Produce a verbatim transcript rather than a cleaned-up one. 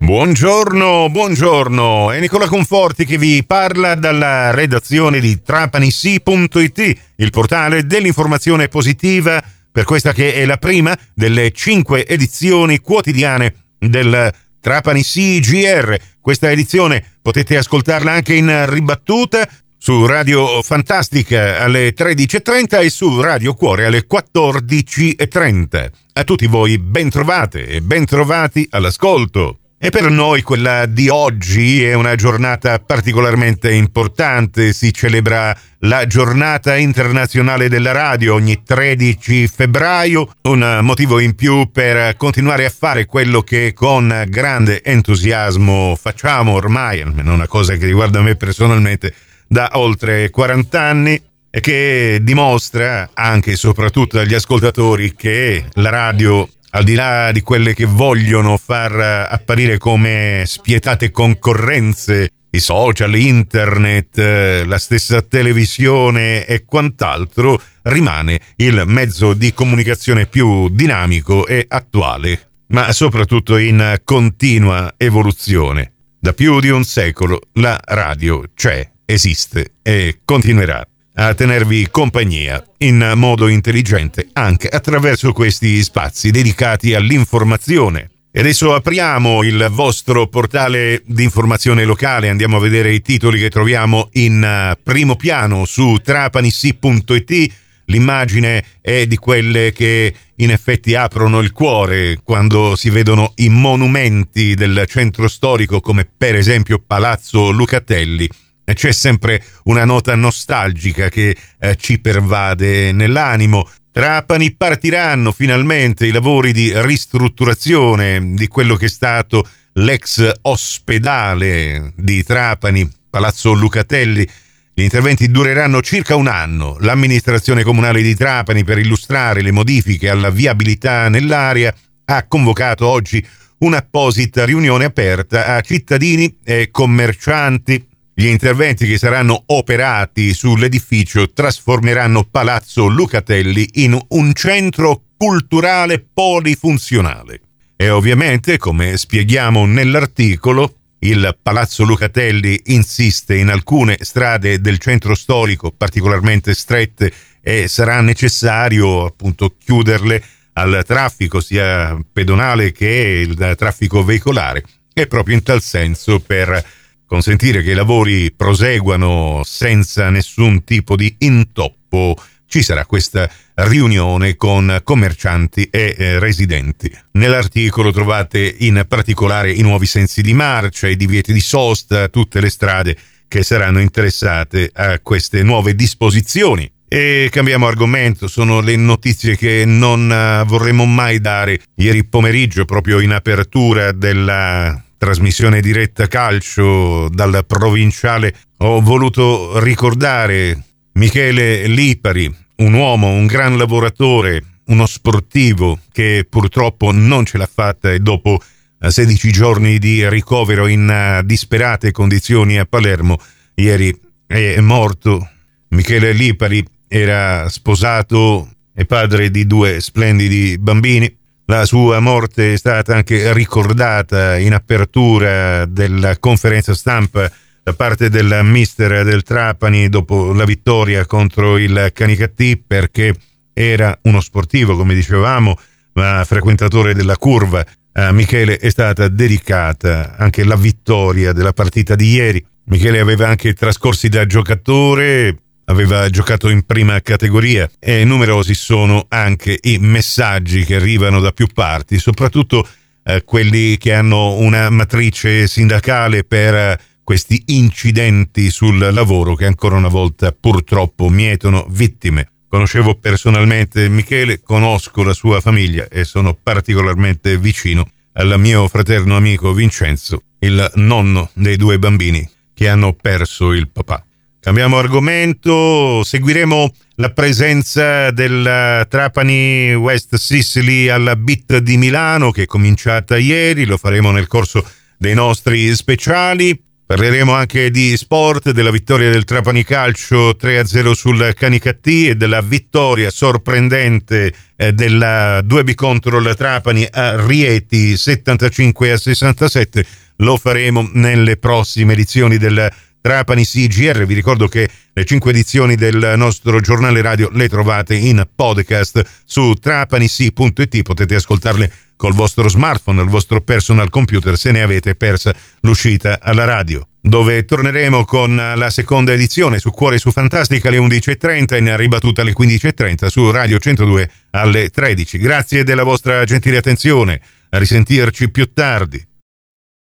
Buongiorno, buongiorno, è Nicola Conforti che vi parla dalla redazione di Trapani Sì punto it, il portale dell'informazione positiva per questa che è la prima delle cinque edizioni quotidiane del Trapani Sì G R. Questa edizione potete ascoltarla anche in ribattuta su Radio Fantastica alle tredici e trenta e su Radio Cuore alle quattordici e trenta. A tutti voi ben trovate e ben trovati all'ascolto. E per noi quella di oggi è una giornata particolarmente importante. Si celebra la giornata internazionale della radio ogni tredici febbraio, un motivo in più per continuare a fare quello che con grande entusiasmo facciamo ormai, almeno una cosa che riguarda me personalmente, da oltre quaranta anni, e che dimostra anche e soprattutto agli ascoltatori che la radio, al di là di quelle che vogliono far apparire come spietate concorrenze, i social, internet, la stessa televisione e quant'altro, rimane il mezzo di comunicazione più dinamico e attuale, ma soprattutto in continua evoluzione. Da più di un secolo la radio c'è, esiste e continuerà a tenervi compagnia in modo intelligente anche attraverso questi spazi dedicati all'informazione. E adesso apriamo il vostro portale di informazione locale, andiamo a vedere i titoli che troviamo in primo piano su Trapani Sì punto it. L'immagine è di quelle che in effetti aprono il cuore quando si vedono i monumenti del centro storico, come per esempio Palazzo Lucatelli. C'è sempre una nota nostalgica che eh, ci pervade nell'animo. Trapani partiranno finalmente i lavori di ristrutturazione di quello che è stato l'ex ospedale di Trapani, Palazzo Lucatelli. Gli interventi dureranno circa un anno. L'amministrazione comunale di Trapani, per illustrare le modifiche alla viabilità nell'area, ha convocato oggi un'apposita riunione aperta a cittadini e commercianti. Gli interventi che saranno operati sull'edificio trasformeranno Palazzo Lucatelli in un centro culturale polifunzionale. E ovviamente, come spieghiamo nell'articolo, il Palazzo Lucatelli insiste in alcune strade del centro storico particolarmente strette e sarà necessario appunto chiuderle al traffico sia pedonale che il traffico veicolare, e proprio in tal senso, per consentire che i lavori proseguano senza nessun tipo di intoppo, ci sarà questa riunione con commercianti e eh, residenti. Nell'articolo trovate in particolare i nuovi sensi di marcia, i divieti di sosta, tutte le strade che saranno interessate a queste nuove disposizioni. E cambiamo argomento, sono le notizie che non uh, vorremmo mai dare. Ieri pomeriggio, proprio in apertura della trasmissione diretta calcio dal provinciale, ho voluto ricordare Michele Lipari, un uomo, un gran lavoratore, uno sportivo che purtroppo non ce l'ha fatta e dopo sedici giorni di ricovero in disperate condizioni a Palermo, ieri è morto. Michele Lipari era sposato e padre di due splendidi bambini. La sua morte è stata anche ricordata in apertura della conferenza stampa da parte del mister del Trapani dopo la vittoria contro il Canicattì, perché era uno sportivo, come dicevamo, ma frequentatore della curva. A Michele è stata dedicata anche la vittoria della partita di ieri. Michele aveva anche trascorsi da giocatore, aveva giocato in prima categoria, e numerosi sono anche i messaggi che arrivano da più parti, soprattutto eh, quelli che hanno una matrice sindacale per eh, questi incidenti sul lavoro che ancora una volta purtroppo mietono vittime. Conoscevo personalmente Michele, conosco la sua famiglia e sono particolarmente vicino al mio fraterno amico Vincenzo, il nonno dei due bambini che hanno perso il papà. Cambiamo argomento, seguiremo la presenza del Trapani West Sicily alla B I T di Milano, che è cominciata ieri. Lo faremo nel corso dei nostri speciali. Parleremo anche di sport, della vittoria del Trapani Calcio tre a zero sul Canicattì e della vittoria sorprendente eh, della due B contro il Trapani a Rieti settantacinque a sessantasette. Lo faremo nelle prossime edizioni del Trapani C G R. Vi ricordo che le cinque edizioni del nostro giornale radio le trovate in podcast su trapanisi punto it. Potete ascoltarle col vostro smartphone, il vostro personal computer, se ne avete persa l'uscita alla radio, dove torneremo con la seconda edizione su Cuore su Fantastica alle undici e trenta, in ribattuta alle quindici e trenta su Radio centodue alle tredici. Grazie della vostra gentile attenzione, a risentirci più tardi.